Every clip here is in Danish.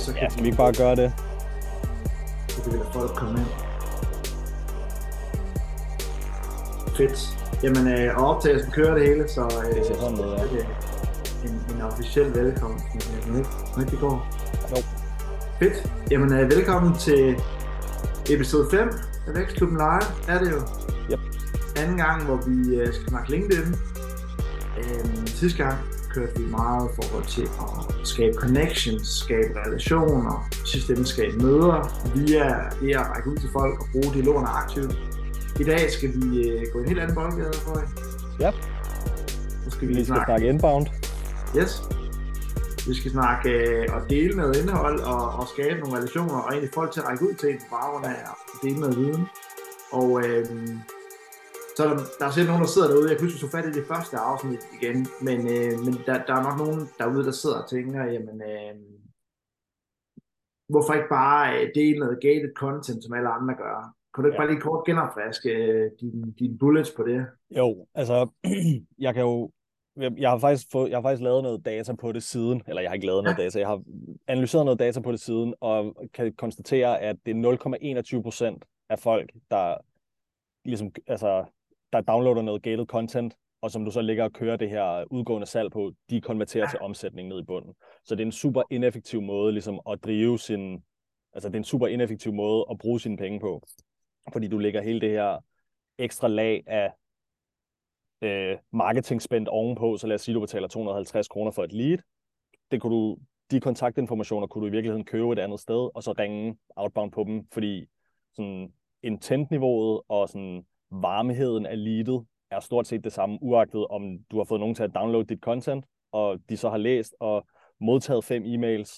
så kan Ja, skal vi ikke bare gøre det? så kan vi lade folk komme ind. Fedt. Jamen, og optagelsen kører det hele, så Det ser sådan ud, ja. er det en officiel velkomst, men ikke det går. Jo. Fedt. Jamen, velkommen til episode 5 af Vækstklubben Live, er det jo. Yep. Anden gang, hvor vi skal snakke LinkedIn. Sidste gang kørte vi meget i forhold til at skabe connections, skabe relationer, sidst ende skabe møder via det at række ud til folk og bruge dialogerne aktivt. I dag skal vi gå en helt anden boldgade for jer. Ja. Så skal vi snakke inbound. Yes. Vi skal snakke og dele noget indhold og skabe nogle relationer og egentlig folk til at række ud til på baggrund af at dele noget viden. Og så der er sikkert nogen, der sidder derude. Jeg kan huske, at vi så fat i det første afsnit igen, men der er nok nogen derude, der sidder og tænker, jamen, hvorfor ikke bare dele noget gated content, som alle andre gør? Kan du ikke bare lige kort genopfriske dine bullets på det? Jo, altså, jeg har faktisk lavet noget data på det siden, eller jeg har ikke lavet noget data, jeg har analyseret noget data på det siden, og kan konstatere, at det er 0,21% af folk, der ligesom, altså, der downloader noget gated content, og som du så ligger og kører det her udgående salg på, de konverterer til omsætning ned i bunden. Så det er en super ineffektiv måde ligesom at drive sin, altså det er en super ineffektiv måde at bruge sine penge på, fordi du lægger hele det her ekstra lag af marketing spændt ovenpå, så lad os sige, du betaler 250 kroner for et lead. De kontaktinformationer kunne du i virkeligheden købe et andet sted, og så ringe outbound på dem, fordi sådan intent-niveauet og sådan varmheden af leadet er stort set det samme, uagtet om du har fået nogen til at downloade dit content, og de så har læst og modtaget 5 e-mails,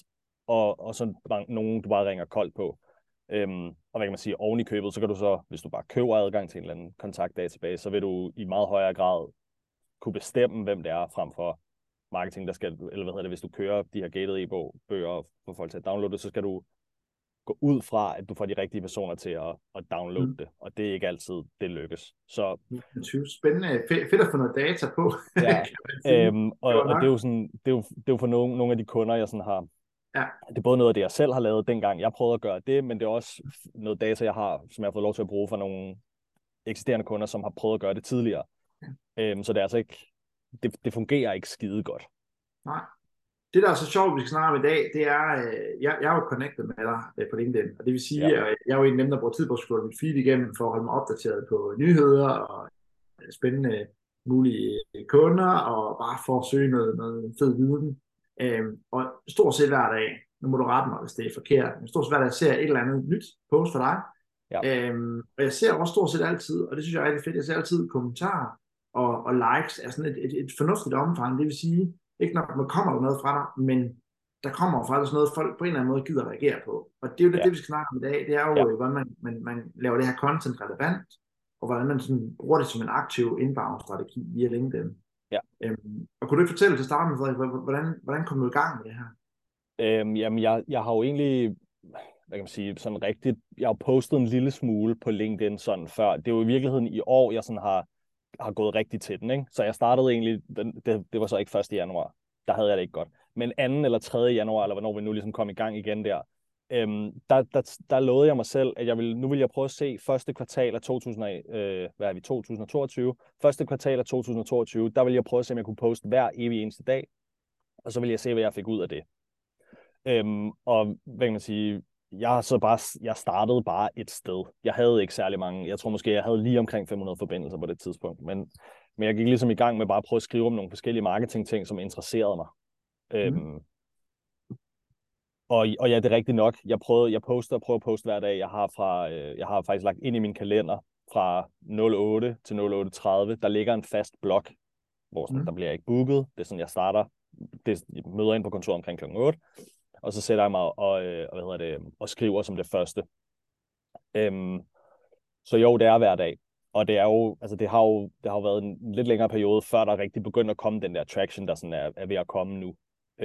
og så nogen, du bare ringer koldt på. Og hvad kan man sige, oven i købet, så kan du så, hvis du bare køber adgang til en eller anden kontaktdatabase, så vil du i meget højere grad kunne bestemme, hvem det er, frem for marketing, der skal, eller hvad hedder det, hvis du kører de her gated e-bøger for folk til at downloade det, så skal du gå ud fra, at du får de rigtige personer til at downloade det, og det er ikke altid, det lykkes. Så spændende, fedt at få noget data på. Ja, og det er jo sådan, det er jo for nogle af de kunder, jeg sådan har. Ja. Det er både noget af det, jeg selv har lavet dengang, jeg prøvede at gøre det, men det er også noget data, jeg har, som jeg har fået lov til at bruge fra nogle eksisterende kunder, som har prøvet at gøre det tidligere. Så det er altså ikke, det fungerer ikke skide godt. Nej. Det, der er så sjovt, vi skal snakke om i dag, det er, jeg er jo connected med dig på LinkedIn, og det vil sige, at jeg er jo en af dem, der bruger tid på at scrolle mit feed igennem, for at holde mig opdateret på nyheder og spændende mulige kunder, og bare for at søge noget fed viden. Og stort set hver dag, nu må du rette mig, hvis det er forkert, men stort set hver dag ser jeg et eller andet nyt post for dig. Ja. Og jeg ser også stort set altid, og det synes jeg er rigtig fedt, jeg ser altid kommentarer og likes er sådan et fornuftigt omfang, det vil sige, ikke nok, der kommer noget fra dig, men der kommer faktisk noget, folk på en eller anden måde gider at reagere på. Og det er jo det, vi skal snakke om i dag. Det er jo, hvordan man laver det her content relevant, og hvordan man sådan bruger det som en aktiv inbound-strategi via LinkedIn. Ja. Og kunne du ikke fortælle til starten, Frederik, hvordan kom du i gang med det her? Jamen, jeg har jo egentlig, hvad kan man sige, sådan rigtigt, jeg har postet en lille smule på LinkedIn sådan før. Det er jo i virkeligheden i år, jeg sådan har gået rigtig til den, ikke? Så jeg startede egentlig, det var så ikke 1. januar, der havde jeg det ikke godt, men 2. eller 3. januar, eller hvornår vi nu ligesom kom i gang igen der, der lovede jeg mig selv, at nu vil jeg prøve at se første kvartal af 2022, første kvartal af 2022, der vil jeg prøve at se, om jeg kunne poste hver evig eneste dag, og så vil jeg se, hvad jeg fik ud af det. Og hvad kan man sige, jeg startede bare et sted. Jeg havde ikke særlig mange. Jeg tror måske, jeg havde lige omkring 500 forbindelser på det tidspunkt. Men jeg gik ligesom i gang med bare at prøve at skrive om nogle forskellige marketing-ting, som interesserede mig. Og ja, det er rigtigt nok. Jeg prøver at poste hver dag. Jeg har faktisk lagt ind i min kalender fra 08 til 08:30. Der ligger en fast blok, hvor der bliver jeg ikke booket. Det er sådan, jeg starter. Jeg møder ind på kontoret omkring kl. 8. Og så sætter jeg mig og skriver som det første. Så jo, det er hver dag. Og det er jo, altså det har jo været en lidt længere periode, før der rigtig begyndte at komme den der traction, der sådan er ved at komme nu.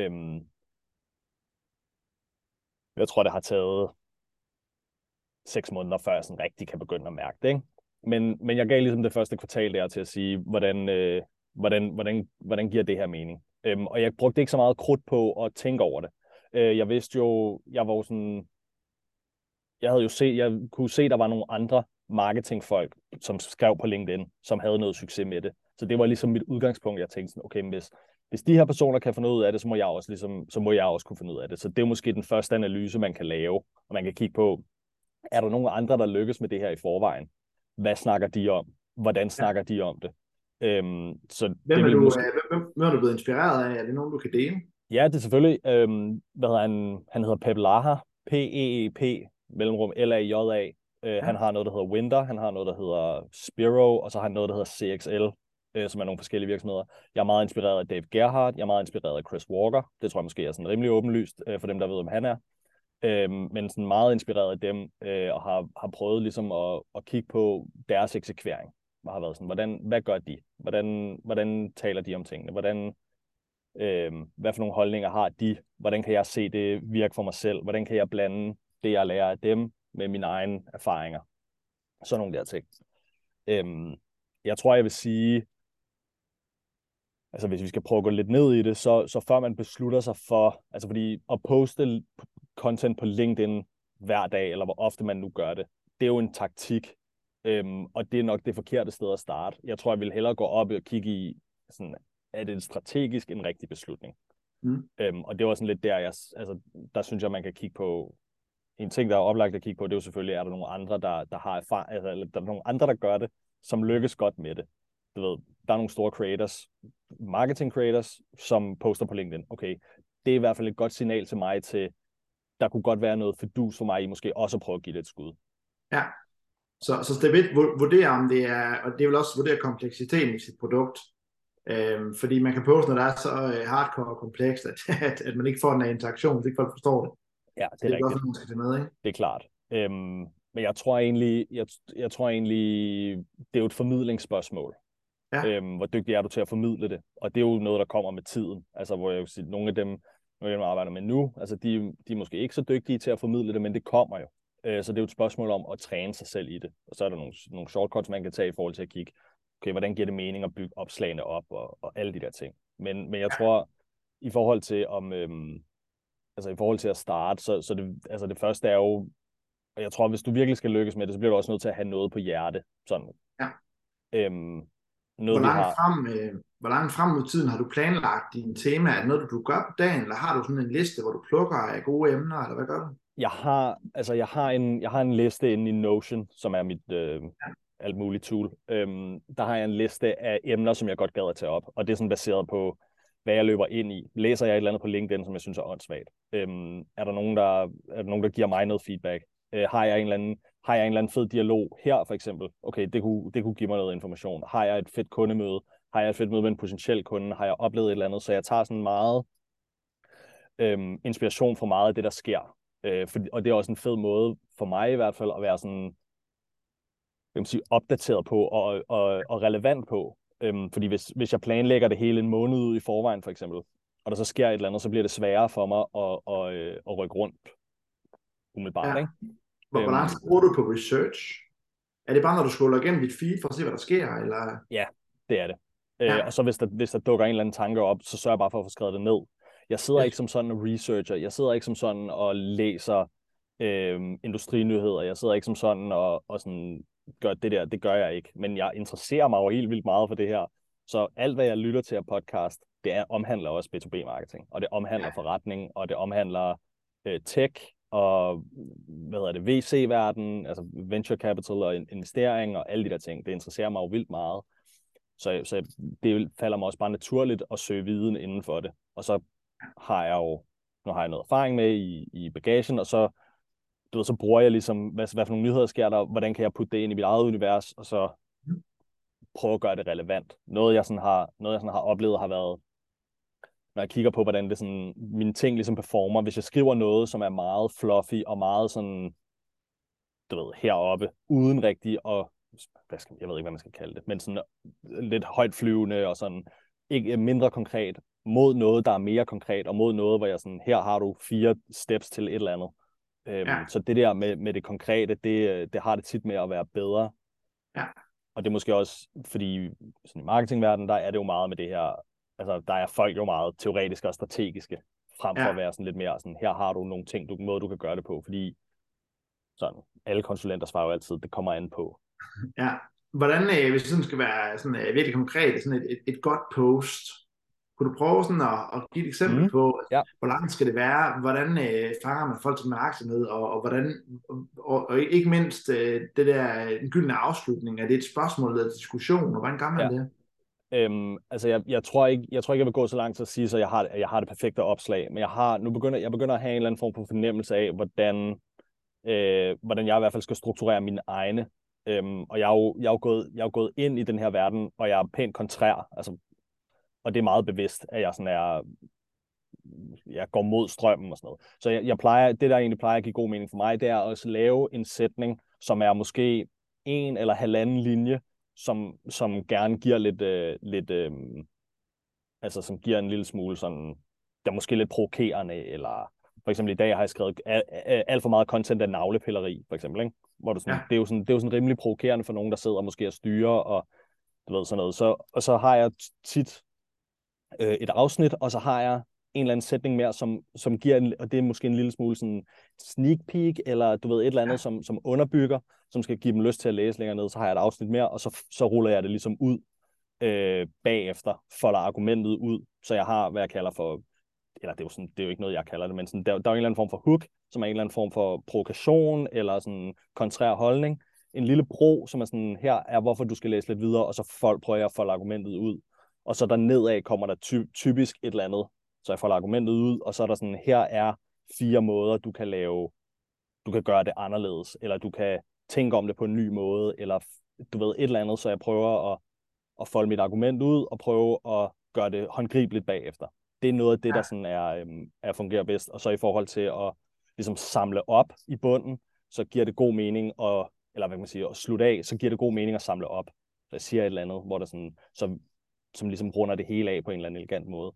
Jeg tror, det har taget 6 måneder, før jeg sådan rigtig kan begynde at mærke det, ikke? Men jeg gav ligesom det første kvartal der til at sige, hvordan giver det her mening? Og jeg brugte ikke så meget krudt på at tænke over det. Jeg vidste jo, jeg var jo sådan, jeg kunne se, der var nogle andre marketingfolk, som skrev på LinkedIn, som havde noget succes med det. Så det var ligesom mit udgangspunkt. Jeg tænkte sådan, okay, men hvis de her personer kan finde ud af det, så må jeg også kunne finde ud af det. Så det er måske den første analyse, man kan lave, og man kan kigge på, er der nogen andre, der lykkes med det her i forvejen? Hvad snakker de om? Hvordan snakker de om det? Så Hvem det er vil du, måske... hvem er du blevet inspireret af? Er det nogen, du kan dele? Ja, det er selvfølgelig, hvad hedder han? Han hedder Pep Laha, P-E-E-P, mellemrum L-A-J-A. Han Ja. har noget, der hedder Winter, han har noget, der hedder Spiro, og så har han noget, der hedder CXL, som er nogle forskellige virksomheder. Jeg er meget inspireret af Dave Gerhardt, jeg er meget inspireret af Chris Walker. Det tror jeg måske er sådan rimelig åbenlyst for dem, der ved, hvem han er. Men sådan meget inspireret af dem, og har prøvet ligesom at kigge på deres eksekvering. Og har været sådan, hvad gør de? Hvordan taler de om tingene? Hvad for nogle holdninger har de? Hvordan kan jeg se det virke for mig selv? Hvordan kan jeg blande det, jeg lærer af dem, med mine egne erfaringer? Sådan nogle der ting. Jeg tror, jeg vil sige, altså hvis vi skal prøve at gå lidt ned i det, så før man beslutter sig for, altså fordi at poste content på LinkedIn hver dag, eller hvor ofte man nu gør det, det er jo en taktik, og det er nok det forkerte sted at starte. Jeg tror, jeg vil hellere gå op og kigge i, sådan, er det strategisk en rigtig beslutning? Og det var sådan lidt der synes jeg, man kan kigge på, en ting, der er oplagt at kigge på, det er jo selvfølgelig, er der nogle andre, der har erfaring, eller der er nogle andre, der gør det, som lykkes godt med det. Du ved, der er nogle store creators, marketing creators, som poster på LinkedIn. Okay, det er i hvert fald et godt signal til mig til, der kunne godt være noget fidus for mig i måske også at prøve at give det et skud. Ja, så step 1, vurdere om det er, og det vil også vurdere kompleksiteten i sit produkt. Fordi man kan poste, når det er så hardcore og komplekst, at man ikke får den her interaktion, hvis ikke folk forstår det. Ja, det er rigtigt. Også, man skal tage med, ikke? Det er klart. Men jeg tror egentlig, det er jo et formidlingsspørgsmål. Ja. Hvor dygtig er du til at formidle det? Og det er jo noget, der kommer med tiden. Altså, hvor jeg vil sige, nogle af dem, jeg arbejder med nu, altså de er måske ikke så dygtige til at formidle det, men det kommer jo. Så det er jo et spørgsmål om at træne sig selv i det. Og så er der nogle shortcuts, man kan tage i forhold til at kigge, okay, hvordan giver det mening at bygge opslagene op, og alle de der ting. Men jeg tror, i forhold til i forhold til at starte, så det første er jo, og jeg tror, hvis du virkelig skal lykkes med det, så bliver du også nødt til at have noget på hjerte. Sådan. Ja. Noget, hvor langt frem mod tiden har du planlagt dine temaer? Er det noget, du gør på dagen, eller har du sådan en liste, hvor du plukker af gode emner, eller hvad gør du? Jeg har en liste inde i Notion, som er mit alt muligt tool. Der har jeg en liste af emner, som jeg godt gad at tage op, og det er sådan baseret på, hvad jeg løber ind i. Læser jeg et eller andet på LinkedIn, som jeg synes er åndssvagt? Er der nogen, der giver mig noget feedback? Har jeg en eller anden fed dialog her, for eksempel? Okay, det kunne give mig noget information. Har jeg et fedt kundemøde? Har jeg et fedt møde med en potentiel kunde? Har jeg oplevet et eller andet? Så jeg tager sådan meget inspiration fra meget af det, der sker. Og det er også en fed måde, for mig i hvert fald, at være sådan, opdateret på og relevant på. Fordi hvis jeg planlægger det hele en måned ud i forvejen, for eksempel, og der så sker et eller andet, så bliver det sværere for mig at rykke rundt umiddelbart. Ja. Ikke? Hvor lang tid bruger du på research? Er det bare, når du scroller igennem dit feed for at se, hvad der sker? Eller? Ja, det er det. Og så hvis der dukker en eller anden tanke op, så sørger jeg bare for at få skrevet det ned. Jeg sidder ikke som sådan og researcher. Jeg sidder ikke som sådan og læser industrinyheder. Jeg sidder ikke som sådan og sådan gør det der. Det gør jeg ikke. Men jeg interesserer mig jo helt vildt meget for det her. Så alt, hvad jeg lytter til af podcast, omhandler også B2B-marketing. Og det omhandler forretning, og det omhandler tech, og VC-verden, altså venture capital og investering og alle de der ting. Det interesserer mig jo vildt meget. Så det falder mig også bare naturligt at søge viden inden for det. Og så har jeg jo noget erfaring med i bagagen, og så bruger jeg ligesom, hvad for nogle nyheder sker der, hvordan kan jeg putte det ind i mit eget univers, og så prøve at gøre det relevant. Noget jeg sådan har oplevet har været, når jeg kigger på, hvordan det sådan, mine ting ligesom performer, hvis jeg skriver noget, som er meget fluffy og meget sådan, heroppe, uden rigtig og jeg ved ikke, hvad man skal kalde det, men sådan lidt højt flyvende og sådan ikke mindre konkret, mod noget, der er mere konkret, og mod noget, hvor jeg sådan, her har du 4 steps til et eller andet. Så det der med det konkrete, det har det tit med at være bedre. Ja. Og det er måske også, fordi sådan i marketingverdenen, der er det jo meget med det her, altså der er folk jo meget teoretiske og strategiske. frem for at være sådan lidt mere sådan, her har du nogle ting, måde du kan gøre det på, fordi sådan, alle konsulenter svarer jo altid, det kommer an på. Ja. Hvordan, hvis det sådan skal være sådan, virkelig konkret, sådan et godt post, kunne du prøve sådan at give et eksempel på, ja. hvor langt skal det være, hvordan fanger man folk til opmærksomhed, og hvordan, og ikke mindst det der, den gyldne afslutning, er det et spørgsmål eller et diskussion, og hvordan gør man det? Altså jeg tror ikke, jeg vil gå så langt til at sige, så jeg har det perfekte opslag, men jeg begynder at have en eller anden form for fornemmelse af, hvordan jeg i hvert fald skal strukturere mine egne. Og jeg er jo gået ind i den her verden, og jeg er pænt kontrær, altså, og det er meget bevidst, at jeg går mod strømmen og sådan noget. Så det der egentlig plejer at give god mening for mig, det er at lave en sætning, som er måske 1 eller 1,5 linje, som gerne giver altså som giver en lille smule sådan, der er måske lidt provokerende, eller for eksempel i dag har jeg skrevet alt for meget content af navlepilleri, for eksempel, ikke? Hvor det, sådan, det er jo sådan rimelig provokerende for nogen, der sidder måske og styrer, og du ved sådan noget. Så har jeg tit et afsnit, og så har jeg en eller anden sætning mere, som giver, og det er måske en lille smule sådan sneak peek, eller du ved, et eller andet, som underbygger, som skal give dem lyst til at læse længere ned, så har jeg et afsnit mere, og så ruller jeg det ligesom ud bagefter, folder argumentet ud, så jeg har, hvad jeg kalder for, eller det er jo ikke noget, jeg kalder det, men sådan, der er en eller anden form for hook, som er en eller anden form for provokation, eller sådan kontrær holdning, en lille bro, som er sådan, her er, hvorfor du skal læse lidt videre, og så prøver jeg at folde argumentet ud, og så der nedad kommer der typisk et eller andet, så jeg folder argumentet ud, og så er der sådan, her er 4 måder, du kan gøre det anderledes, eller du kan tænke om det på en ny måde, eller du ved, et eller andet, så jeg prøver at folde mit argument ud, og prøve at gøre det håndgribeligt bagefter. Det er noget af det, der sådan er fungerer bedst. Og så i forhold til at ligesom samle op i bunden, så giver det god mening, eller hvad kan man sige, at slutte af, så giver det god mening at samle op. Så jeg siger et eller andet, hvor der sådan, som ligesom runder det hele af på en eller anden elegant måde.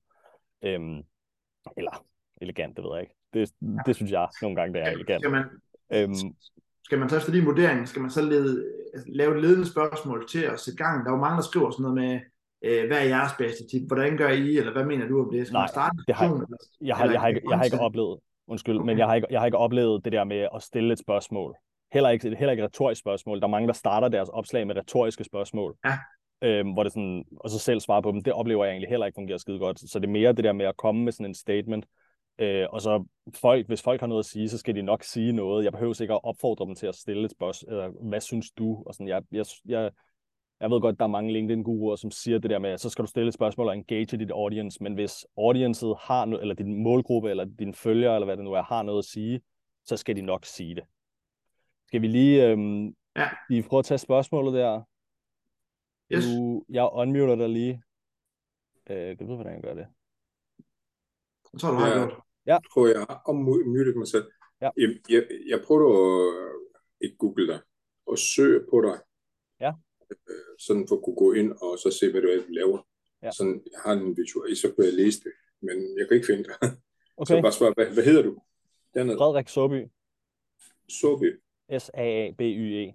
Eller elegant, det ved jeg ikke. Det synes jeg nogle gange, det er elegant. Skal man så efter din vurdering, skal man så lave et ledende spørgsmål til at sætte gang? Der er jo mange, der skriver sådan noget med, hvad er jeres bedste tip? Hvordan gør I? Eller hvad mener du om det? Skal man starte en diskussion? Jeg har ikke oplevet, undskyld, okay. Men jeg har ikke oplevet det der med at stille et spørgsmål. Heller ikke et retorisk spørgsmål. Der er mange, der starter deres opslag med retoriske spørgsmål. Ja. Hvor det sådan, og så selv svare på dem. Det oplever jeg egentlig heller ikke fungerer skide godt. Så det er mere det der med at komme med sådan en statement. Og så hvis folk har noget at sige, så skal de nok sige noget. Jeg behøver ikke at opfordre dem til at stille et spørgsmål. Hvad synes du? Og sådan, jeg ved godt, der er mange LinkedIn-guruer, som siger det der med, så skal du stille et spørgsmål og engage dit audience, men hvis audiencet har noget, eller din målgruppe, eller dine følgere, eller hvad det nu er, har noget at sige, så skal de nok sige det. Skal vi lige prøve at tage spørgsmålet der? Yes. Jeg unmuter dig lige. Kan du vide, hvordan jeg gør det? Jeg tror, du har gjort. Ja. Jeg tror, jeg har unmutet mig selv. Ja. Jeg prøver at google dig, og søge på dig. Ja. Sådan for at kunne gå ind og så se, hvad du laver. Ja. Sådan, jeg har en visual, så kunne jeg læse det, men jeg kan ikke finde dig. Okay. Så bare spørge, hvad hedder du? Dernede. Frederik Saabye. Saabye. S-A-A-B-Y-E.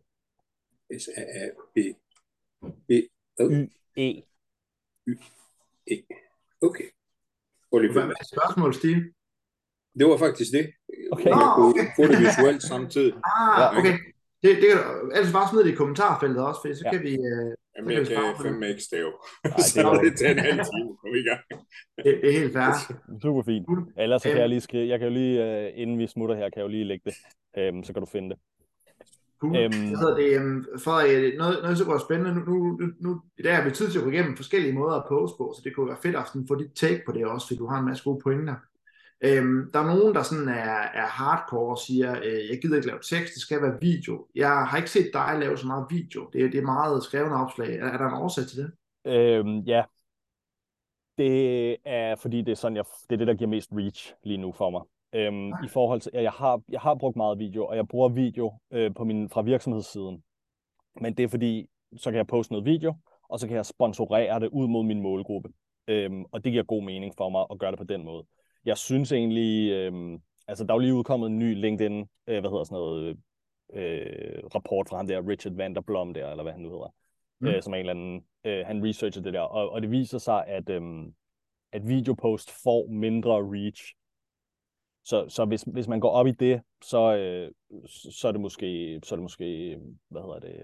S-A-A-B-Y-E. Okay. Hvad er spørgsmålet, Steve? Det var faktisk det. Okay. Man kunne få det visuelt samtidig. Okay. Det kan du ellers bare smide det i kommentarfeltet også, for så kan vi... Jamen, jeg kan fandme ikke stave. Nej, det tager en halv time. Kom i gang. Det er helt fair. Super fint. Ellers så kan jeg lige skrive... Jeg kan jo lige, inden vi smutter her, kan jeg jo lige lægge det. Så kan du finde det. Cool. Frederik, noget så går spændende. Nu i dag har vi tid til at gå igennem forskellige måder at poste på, så det kunne være fedt at få dit take på det også, fordi du har en masse gode pointer. Der er nogen, der sådan er hardcore og siger, jeg gider ikke lave tekst, det skal være video. Jeg har ikke set dig lave så meget video. Det er meget skrevne opslag. Er der en årsag til det? Ja. Det er fordi, det er sådan, det er det, der giver mest reach lige nu for mig. I forhold til, jeg har brugt meget video, og jeg bruger video fra virksomhedssiden. Men det er fordi, så kan jeg poste noget video, og så kan jeg sponsorere det ud mod min målgruppe. Og det giver god mening for mig at gøre det på den måde. Jeg synes egentlig, altså der er jo lige udkommet en ny LinkedIn, rapport fra ham der, Richard Vanderblom der, eller hvad han nu hedder, som er en eller anden, han researcher det der, og det viser sig, at videopost får mindre reach Så hvis man går op i det, så er det måske, hvad hedder det,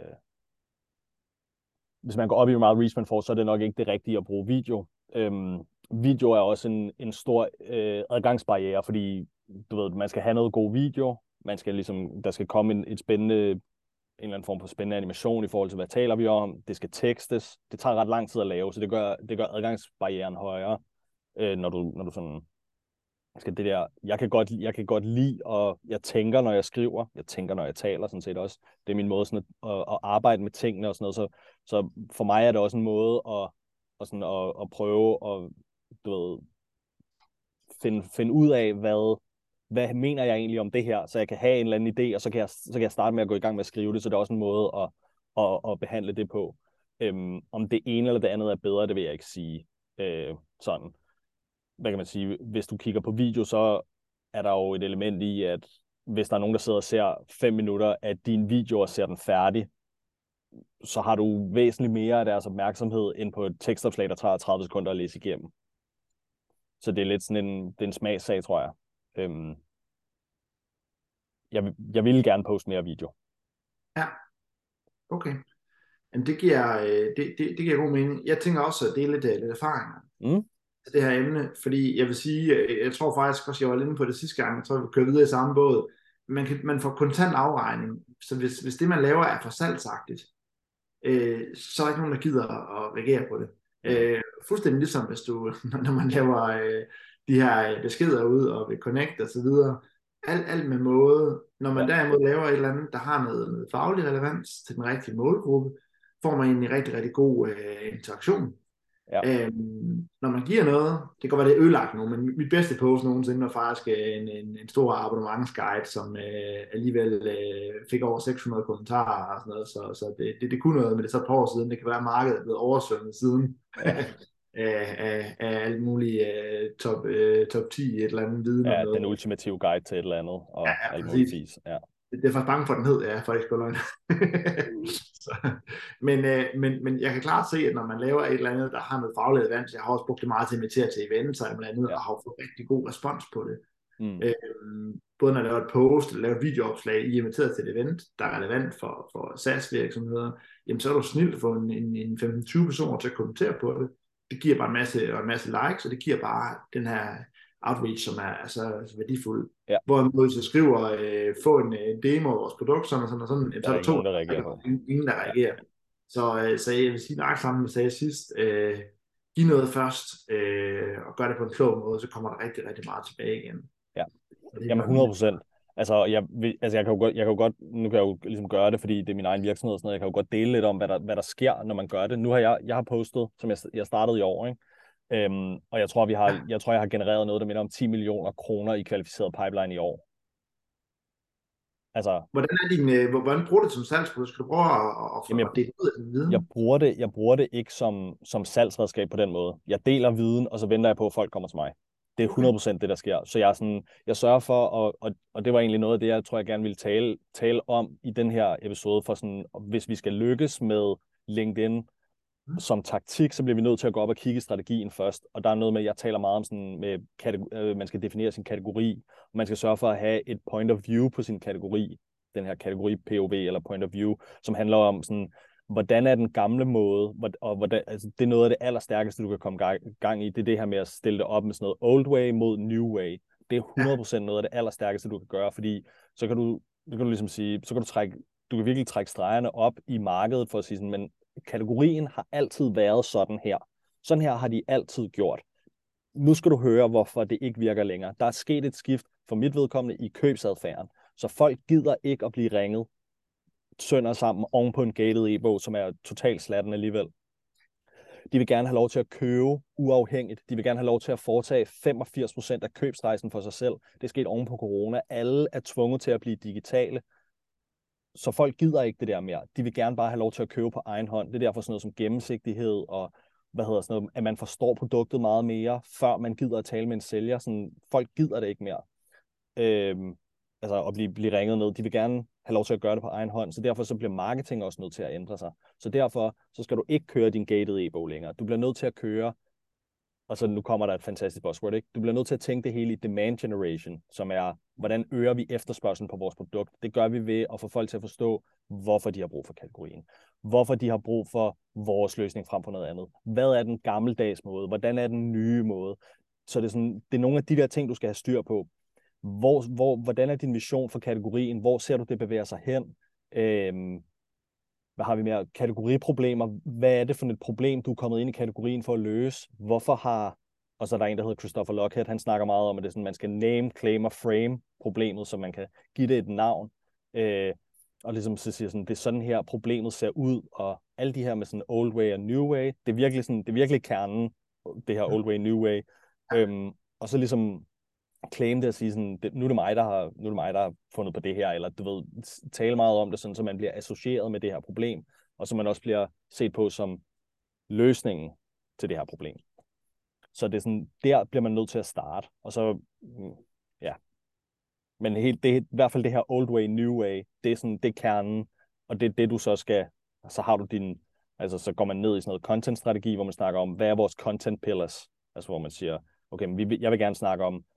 hvis man går op i, hvor meget reach man får, så er det nok ikke det rigtige at bruge video. Video er også en stor adgangsbarriere, fordi du ved, man skal have noget god video, man skal ligesom, der skal komme en eller anden form for spændende animation i forhold til, hvad taler vi om, det skal tekstes, det tager ret lang tid at lave, så det gør adgangsbarrieren højere, når du sådan skal det der, jeg kan godt lide, og jeg tænker, når jeg skriver, jeg tænker, når jeg taler, sådan set også. Det er min måde sådan at arbejde med tingene og sådan noget, så for mig er det også en måde at prøve at, du ved, finde ud af, hvad mener jeg egentlig om det her, så jeg kan have en eller anden idé, og så kan jeg starte med at gå i gang med at skrive det, så det er også en måde at behandle det på. Om det ene eller det andet er bedre, det vil jeg ikke sige sådan. Hvad kan man sige, hvis du kigger på video, så er der jo et element i, at hvis der er nogen, der sidder og ser 5 minutter af din video og ser den færdig, så har du væsentligt mere af deres opmærksomhed end på et tekstopslag, der tager 30 sekunder at læse igennem. Så det er lidt sådan en smagssag, tror jeg. Jeg vil gerne poste mere video. Ja, okay. Men det giver god mening. Jeg tænker også, at det er lidt erfaringer. Det her emne, fordi jeg vil sige, jeg tror faktisk også, jeg var inde på det sidste gang, jeg tror, vi kører videre i samme båd. Man får kontant afregning, så hvis det, man laver, er for salgsagtigt, så er der ikke nogen, der gider at reagere på det. Fuldstændig ligesom, hvis du, når man laver de her beskeder ud og ved Connect og så videre, alt med måde. Når man derimod laver et eller andet, der har noget faglig relevans til den rigtige målgruppe, får man en rigtig, rigtig god interaktion. Ja. Når man giver noget, det kan godt være, det er ødelagt nu, men mit bedste post nogensinde var faktisk en stor abonnementsguide, som alligevel fik over 600 kommentarer og sådan noget, så det kunne noget, men det er så et par år siden. Det kan være, at markedet er blevet oversvømmet siden af alt muligt top 10 et eller andet viden. Ja, den ultimative guide til et eller andet, og alt muligt vis. Ja. Det er faktisk bange for, den hed, ja, for ikke løgn. Men jeg kan klart se, at når man laver et eller andet, der har noget faglig relevans, jeg har også brugt det meget til at invitere til events og et andet, og har fået rigtig god respons på det. Både når jeg laver et post, eller laver et videoopslag, I er inviteret til et event, der er relevant for SaaS-virksomheder, jamen så er du snilt at få en 15-20 personer til at kommentere på det. Det giver bare en masse likes, og det giver bare den her outreach, som er så værdifuld. Ja. Hvorimod hvis jeg skriver, få en demo af vores produkt, sådan, så er der to, ingen der reagerer. Så jeg vil sige nøjagtigt sammen, jeg sagde sidst, giv noget først, og gør det på en klog måde, så kommer der rigtig, rigtig meget tilbage igen. Ja, jamen 100%. Altså, jeg kan jo godt, nu kan jeg jo ligesom gøre det, fordi det er min egen virksomhed og sådan noget, jeg kan jo godt dele lidt om, hvad der sker, når man gør det. Nu har jeg har postet, som jeg startede i år, ikke? Og jeg tror, jeg har genereret noget, der minder om 10 millioner kroner i kvalificeret pipeline i år. Altså, hvordan bruger du det som salgsprodukt? Skal du prøve at dele ud af den viden? Jeg bruger det ikke som salgsredskab på den måde. Jeg deler viden, og så venter jeg på, at folk kommer til mig. Det er 100% det, der sker. Så jeg sørger for, og det var egentlig noget af det, jeg tror, jeg gerne ville tale om i den her episode, for sådan, hvis vi skal lykkes med LinkedIn som taktik, så bliver vi nødt til at gå op og kigge strategien først. Og der er noget med, jeg taler meget om sådan med man skal definere sin kategori, og man skal sørge for at have et point of view på sin kategori, den her kategori POV eller point of view, som handler om sådan, hvordan er den gamle måde, og hvordan, altså det er noget af det allerstærkeste, du kan komme gang i, det er det her med at stille det op med sådan noget old way mod new way. Det er 100% noget af det allerstærkeste, du kan gøre, fordi så kan du ligesom sige, du kan virkelig trække stregerne op i markedet for at sige sådan, men kategorien har altid været sådan her. Sådan her har de altid gjort. Nu skal du høre, hvorfor det ikke virker længere. Der er sket et skift for mit vedkommende i købsadfærden, så folk gider ikke at blive ringet sønder sammen oven på en gated e-bog, som er totalt slatten alligevel. De vil gerne have lov til at købe uafhængigt. De vil gerne have lov til at foretage 85% af købsrejsen for sig selv. Det er sket oven på corona. Alle er tvunget til at blive digitale. Så folk gider ikke det der mere. De vil gerne bare have lov til at købe på egen hånd. Det er derfor sådan noget som gennemsigtighed og sådan noget, at man forstår produktet meget mere, før man gider at tale med en sælger. Sådan, folk gider det ikke mere. At blive ringet ned. De vil gerne have lov til at gøre det på egen hånd, så derfor så bliver marketing også nødt til at ændre sig. Så derfor så skal du ikke køre din gated e-bog længere. Du bliver nødt til at køre og så nu kommer der et fantastisk buzzword, ikke? Du bliver nødt til at tænke det hele i demand generation, som er, hvordan øger vi efterspørgselen på vores produkt? Det gør vi ved at få folk til at forstå, hvorfor de har brug for kategorien. Hvorfor de har brug for vores løsning frem for noget andet. Hvad er den gammeldags måde? Hvordan er den nye måde? Så det er nogle af de der ting, du skal have styr på. Hvordan er din vision for kategorien? Hvor ser du det bevæger sig hen? Hvad har vi mere? Kategoriproblemer. Hvad er det for et problem, du er kommet ind i kategorien for at løse? Hvorfor har... Og så er der en, der hedder Christopher Lockhead. Han snakker meget om, at det er sådan, man skal name, claim og frame problemet, så man kan give det et navn. Og ligesom så siger sådan, det er sådan her, problemet ser ud, og alle de her med sådan old way og new way, det er virkelig kernen, det her old way, new way. Og så ligesom claim det at sige sådan, nu er det mig, der har fundet på det her, eller du ved, tale meget om det, sådan, så man bliver associeret med det her problem, og så man også bliver set på som løsningen til det her problem. Så det er sådan, der bliver man nødt til at starte, og så, ja. Men det er i hvert fald det her old way, new way, det er sådan, det er kernen, og det er det, du så skal, så har du så går man ned i sådan noget content-strategi, hvor man snakker om, hvad er vores content pillars, altså hvor man siger, okay, men jeg vil gerne snakke om,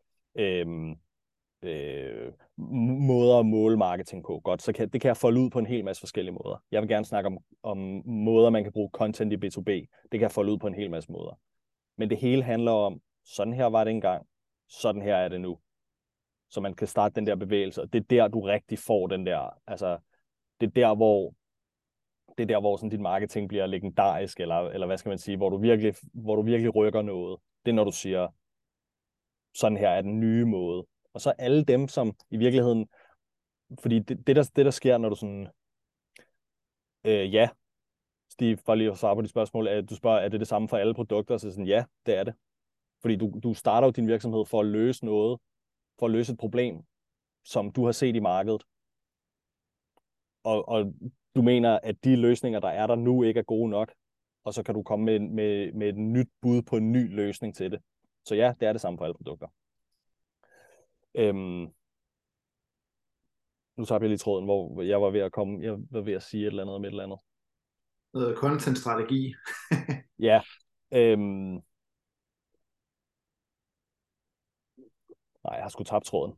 måder at måle marketing på. Godt, så det kan jeg folde ud på en hel masse forskellige måder. Jeg vil gerne snakke om måder, man kan bruge content i B2B. Det kan jeg folde ud på en hel masse måder. Men det hele handler om, sådan her var det engang, sådan her er det nu. Så man kan starte den der bevægelse, og det er der, du rigtig får den der, altså, det er der, hvor sådan dit marketing bliver legendarisk, eller hvad skal man sige, hvor du virkelig rykker noget. Det er, når du siger, sådan her er den nye måde. Og så alle dem, som i virkeligheden, fordi det der sker, når du sådan, ja, Steve, bare lige at svare på de spørgsmål, du spørger, er det det samme for alle produkter? Så sådan, ja, det er det. Fordi du starter jo din virksomhed for at løse noget, for at løse et problem, som du har set i markedet. Og du mener, at de løsninger, der er der nu, ikke er gode nok, og så kan du komme med et nyt bud på en ny løsning til det. Så ja, det er det samme for alle produkter. Nu tager jeg lige tråden, hvor jeg var ved at sige et eller andet om et eller andet. Noget content-strategi. Ja. Nej, jeg har sgu tabt tråden.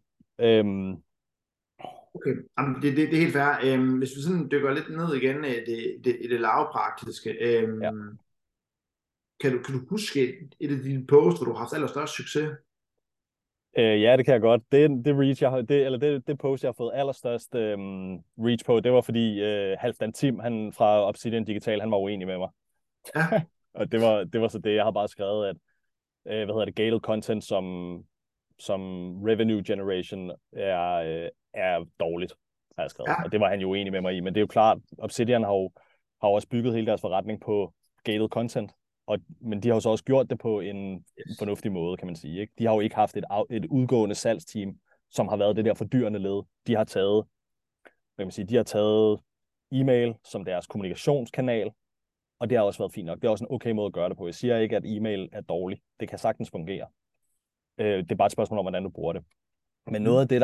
Okay, jamen, det er helt fair. Hvis vi sådan dykker lidt ned igen i det lavpraktiske, Ja. kan du huske et af dine posts, hvor du har haft allerstørst succes? Ja, det kan jeg godt. Det reach, det post, jeg har fået allerstørst reach på, det var fordi Halfdan Tim, han fra Obsidian Digital, han var uenig med mig. Ja. Og det var så det, jeg har bare skrevet, at gated content som revenue generation er dårligt, har jeg skrevet. Ja. Og det var han jo uenig med mig i. Men det er jo klart, Obsidian har også bygget hele deres forretning på gated content. Men de har jo så også gjort det på en fornuftig måde, kan man sige. Ikke? De har jo ikke haft et udgående salgsteam, som har været det der fordyrende led. De har taget e-mail som deres kommunikationskanal, og det har også været fint nok. Det er også en okay måde at gøre det på. Jeg siger ikke, at e-mail er dårligt. Det kan sagtens fungere. Det er bare et spørgsmål om, hvordan du bruger det. Men noget af det,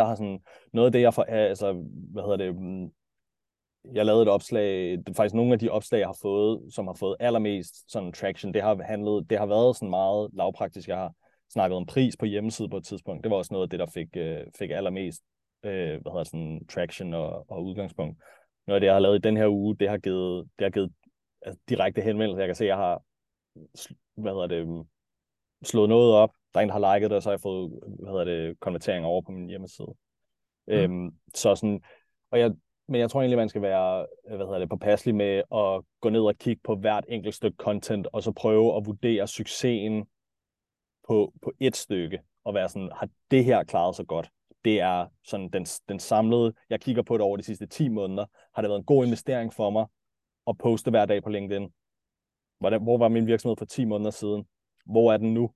jeg lavede et opslag, faktisk nogle af de opslag, jeg har fået, som har fået allermest sådan traction, det har været sådan meget lavpraktisk. Jeg har snakket om pris på hjemmeside på et tidspunkt. Det var også noget af det, der fik allermest traction og udgangspunkt. Noget af det, jeg har lavet i den her uge, det har givet altså, direkte henvendelser. Jeg kan se, at jeg har slået noget op. Der er en, der har liket det, og så har jeg fået konvertering over på min hjemmeside. Så sådan, men jeg tror egentlig, man skal være påpasselig med at gå ned og kigge på hvert enkelt stykke content, og så prøve at vurdere succesen på et stykke, og være sådan, har det her klaret sig godt? Det er sådan den samlede, jeg kigger på det over de sidste 10 måneder, har det været en god investering for mig at poste hver dag på LinkedIn? Hvor var min virksomhed for 10 måneder siden? Hvor er den nu?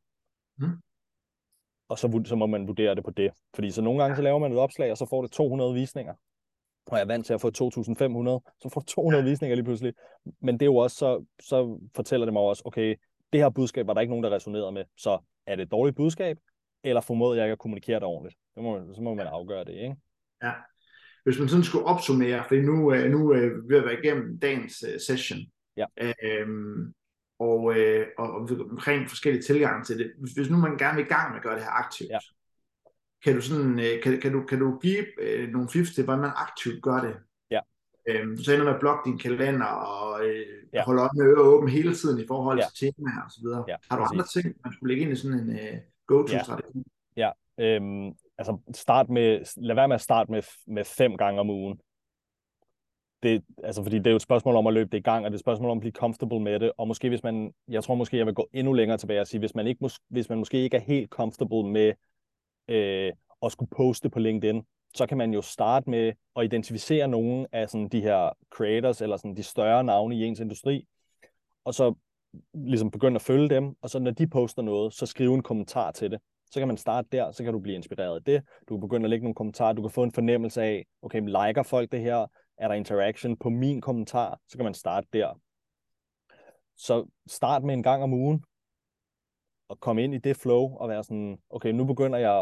Og så må man vurdere det på det. Fordi så nogle gange så laver man et opslag, og så får det 200 visninger. Og jeg er vant til at få 2.500, så får du 200 visninger lige pludselig. Men det er jo også, så fortæller det mig også, okay, det her budskab var der ikke nogen, der resonerede med. Så er det et dårligt budskab, eller formåede jeg ikke at kommunikere det ordentligt? Så må man afgøre det, ikke? Ja. Hvis man sådan skulle opsummere, for nu er vi ved at være igennem dagens session. Ja. og omkring forskellige tilgange til det. Hvis nu man gerne vil i gang med at gøre det her aktivt, kan du sådan, kan du give nogle tips til, hvordan man aktivt gør det? Ja. Du sagde noget med at blokke din kalender og holde op med ører åben hele tiden i forhold til temaer og så videre. Har du andre ting, man skulle lægge ind i sådan en go-to-strategi? Ja. Altså lad være med at starte med 5 gange om ugen. Fordi det er jo et spørgsmål om at løbe det i gang, og det er et spørgsmål om at blive comfortable med det, og måske jeg tror måske, jeg vil gå endnu længere tilbage og sige, hvis man måske ikke er helt comfortable med at skulle poste på LinkedIn, så kan man jo starte med at identificere nogle af sådan de her creators, eller sådan de større navne i ens industri, og så ligesom begynde at følge dem, og så når de poster noget, så skrive en kommentar til det. Så kan man starte der, så kan du blive inspireret af det. Du kan begynde at lægge nogle kommentarer, du kan få en fornemmelse af, okay, liker folk det her? Er der interaction på min kommentar? Så kan man starte der. Så start med en gang om ugen, og komme ind i det flow, og være sådan, okay, nu begynder jeg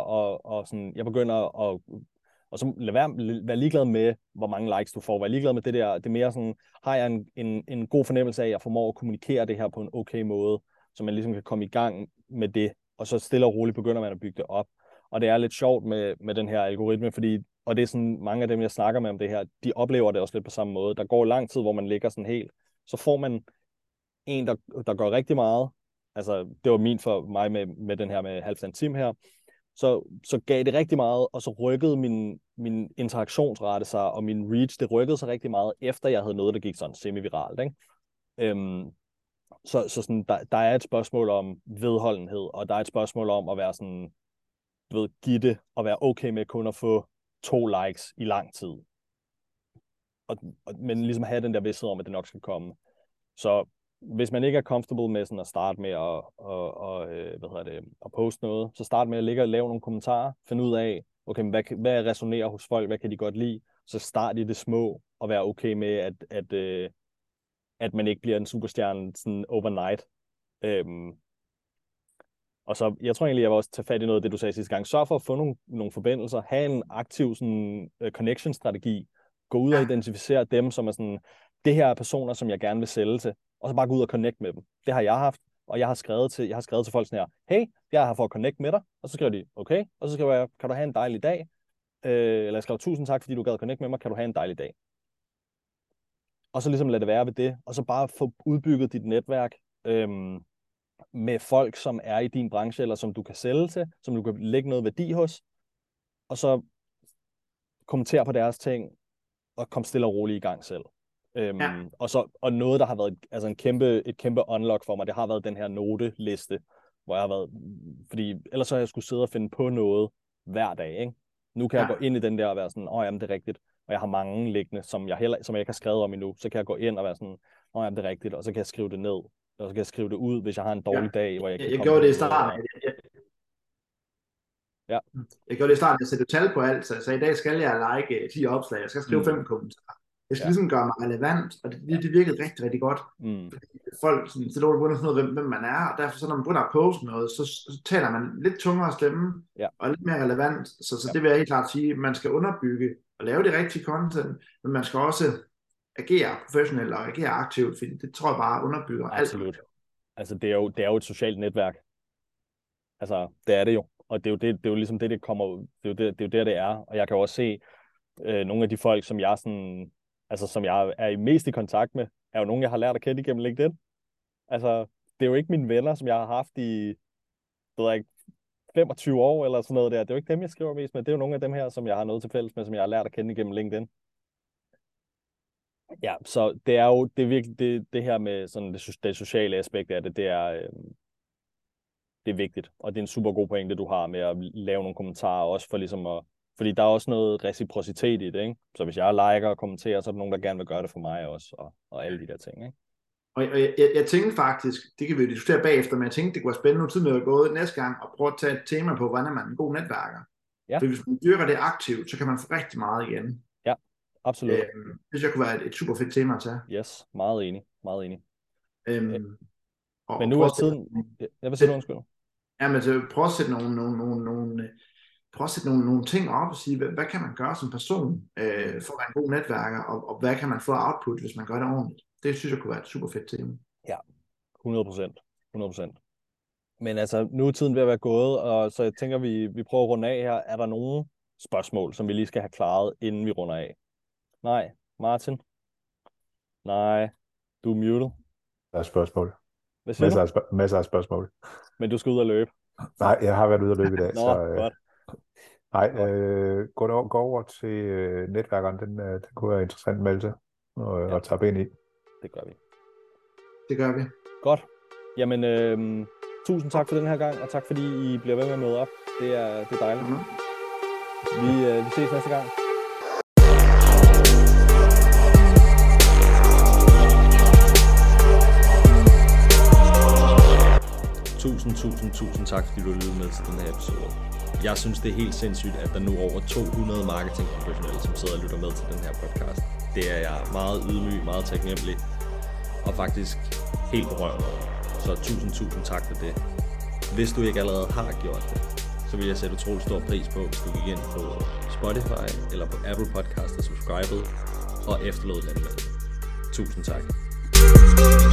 og så være ligeglad med, hvor mange likes du får. Vær ligeglad med det der. Det er mere sådan, har jeg en god fornemmelse af, at jeg formår at kommunikere det her på en okay måde, så man ligesom kan komme i gang med det, og så stille og roligt begynder man at bygge det op. Og det er lidt sjovt med den her algoritme, fordi, og det er sådan, mange af dem, jeg snakker med om det her, de oplever det også lidt på samme måde. Der går lang tid, hvor man ligger sådan helt, så får man en, der gør rigtig meget. Altså, det var for mig med den her med halvstand Tim her. Så gav det rigtig meget, og så rykkede min interaktionsrate sig, og min reach, det rykkede sig rigtig meget, efter jeg havde noget, der gik sådan semi-viralt, ikke? Så sådan, der er et spørgsmål om vedholdenhed, og der er et spørgsmål om at være sådan, give det, og være okay med kun at få 2 likes i lang tid. Men ligesom have den der vidsthed om, at det nok skal komme. Så hvis man ikke er comfortable med sådan at starte med at poste noget, så start med at ligge og lave nogle kommentarer, finde ud af, okay, hvad resonerer hos folk, hvad kan de godt lide, så start i det små, og være okay med, at man ikke bliver en superstjerne sådan overnight. Og så, jeg tror egentlig, jeg vil også tage fat i noget af det, du sagde sidste gang. Sørg for at få nogle forbindelser, have en aktiv sådan, connection-strategi, gå ud og identificere dem, som er sådan, det her er personer, som jeg gerne vil sælge til, og så bare gå ud og connect med dem. Det har jeg haft, og jeg har skrevet til folk sådan her, hey, jeg er her for at connect med dig, og så skriver de, okay, og så skriver jeg, kan du have en dejlig dag? Eller jeg skriver, tusind tak, fordi du gad at connect med mig, kan du have en dejlig dag? Og så ligesom lade det være ved det, og så bare få udbygget dit netværk med folk, som er i din branche, eller som du kan sælge til, som du kan lægge noget værdi hos, og så kommentere på deres ting, og komme stille og roligt i gang selv. Og noget, der har været et kæmpe unlock for mig, det har været den her noteliste, hvor jeg har været, fordi ellers så har jeg skulle sidde og finde på noget hver dag, ikke? Nu kan jeg gå ind i den der og være sådan, jamen det er rigtigt, og jeg har mange liggende, som jeg ikke har skrevet om endnu, så kan jeg gå ind og være sådan, jamen det er rigtigt, og så kan jeg skrive det ned, og så kan jeg skrive det ud, hvis jeg har en dårlig dag, hvor jeg kan komme. Jeg gjorde det i starten. Jeg gjorde det i starten, jeg satte tal på alt, så i dag skal jeg like 10 opslag, jeg skal skrive 5 kommentarer. Jeg skal ligesom gøre mig relevant, og det virkede rigtig, rigtig godt. Fordi folk sådan, så begynder at finde ud af, hvem man er, og derfor så når man begynder at poste noget, så taler man lidt tungere stemme, og lidt mere relevant. Så det vil jeg helt klart sige, man skal underbygge og lave det rigtige content, men man skal også agere professionelt og agere aktivt, fordi det tror jeg bare underbygger alt. Absolut. Altså det er jo et socialt netværk. Altså det er det jo. Og det er jo ligesom det kommer, det er jo der det er. Og jeg kan også se nogle af de folk, som jeg sådan, altså som jeg er mest i kontakt med, er jo nogen, jeg har lært at kende igennem LinkedIn. Altså det er jo ikke mine venner, som jeg har haft i 25 år eller sådan noget der. Det er jo ikke dem, jeg skriver mest med. Det er jo nogle af dem her, som jeg har noget til fælles med, som jeg har lært at kende igennem LinkedIn. Ja, så det er jo det er virkelig det her med sådan det sociale aspekt af det, det er vigtigt, og det er en super god pointe, du har med at lave nogle kommentarer også for ligesom fordi der er også noget reciprocitet i det, ikke? Så hvis jeg liker og kommenterer, så er der nogen, der gerne vil gøre det for mig også, og alle de der ting, ikke? Og jeg tænkte faktisk, det kan vi jo diskutere bagefter, men jeg tænkte, det kunne være spændende, nu tiden er gået næste gang, og prøve at tage et tema på, hvordan man er en god netværker. Ja. For hvis man dyrker det aktivt, så kan man få rigtig meget igen. Ja, absolut. Det kunne være et super fedt tema at tage. Yes, meget enig, meget enig. Men nu er tiden... Jeg vil sige undskyld. Ja, men så prøv at sætte nogle ting op og sige, hvad kan man gøre som person for at være en god netværker, og hvad kan man få output, hvis man gør det ordentligt. Det synes jeg kunne være et super fedt tema. Ja, 100%. Men altså, nu er tiden ved at være gået, og så jeg tænker, vi prøver at runde af her. Er der nogen spørgsmål, som vi lige skal have klaret, inden vi runder af? Nej. Martin? Nej. Du er muted. Der er spørgsmål. Hvad siger du? Masser af spørgsmål. Men du skal ud og løbe. Nej, jeg har været ude at løbe i dag. Nå, så, godt. Nej, gå over til netværkeren. Den kunne være interessant at melde til og tappe ind i. Det gør vi. Det gør vi. Godt. Jamen, tusind tak for den her gang, og tak fordi I bliver ved med at møde op. Det er dejligt. Vi ses næste gang. Tusind tak, fordi du lyttede med til den her episode. Jeg synes, det er helt sindssygt, at der nu er over 200 marketingprofessionelle, som sidder og lytter med til den her podcast. Det er jeg meget ydmyg, meget taknemmelig, og faktisk helt berørt over. Så tusind tak for det. Hvis du ikke allerede har gjort det, så vil jeg sætte utrolig stor pris på, hvis du gik ind på Spotify eller på Apple Podcast og subscribede og efterlod den med. Tusind tak.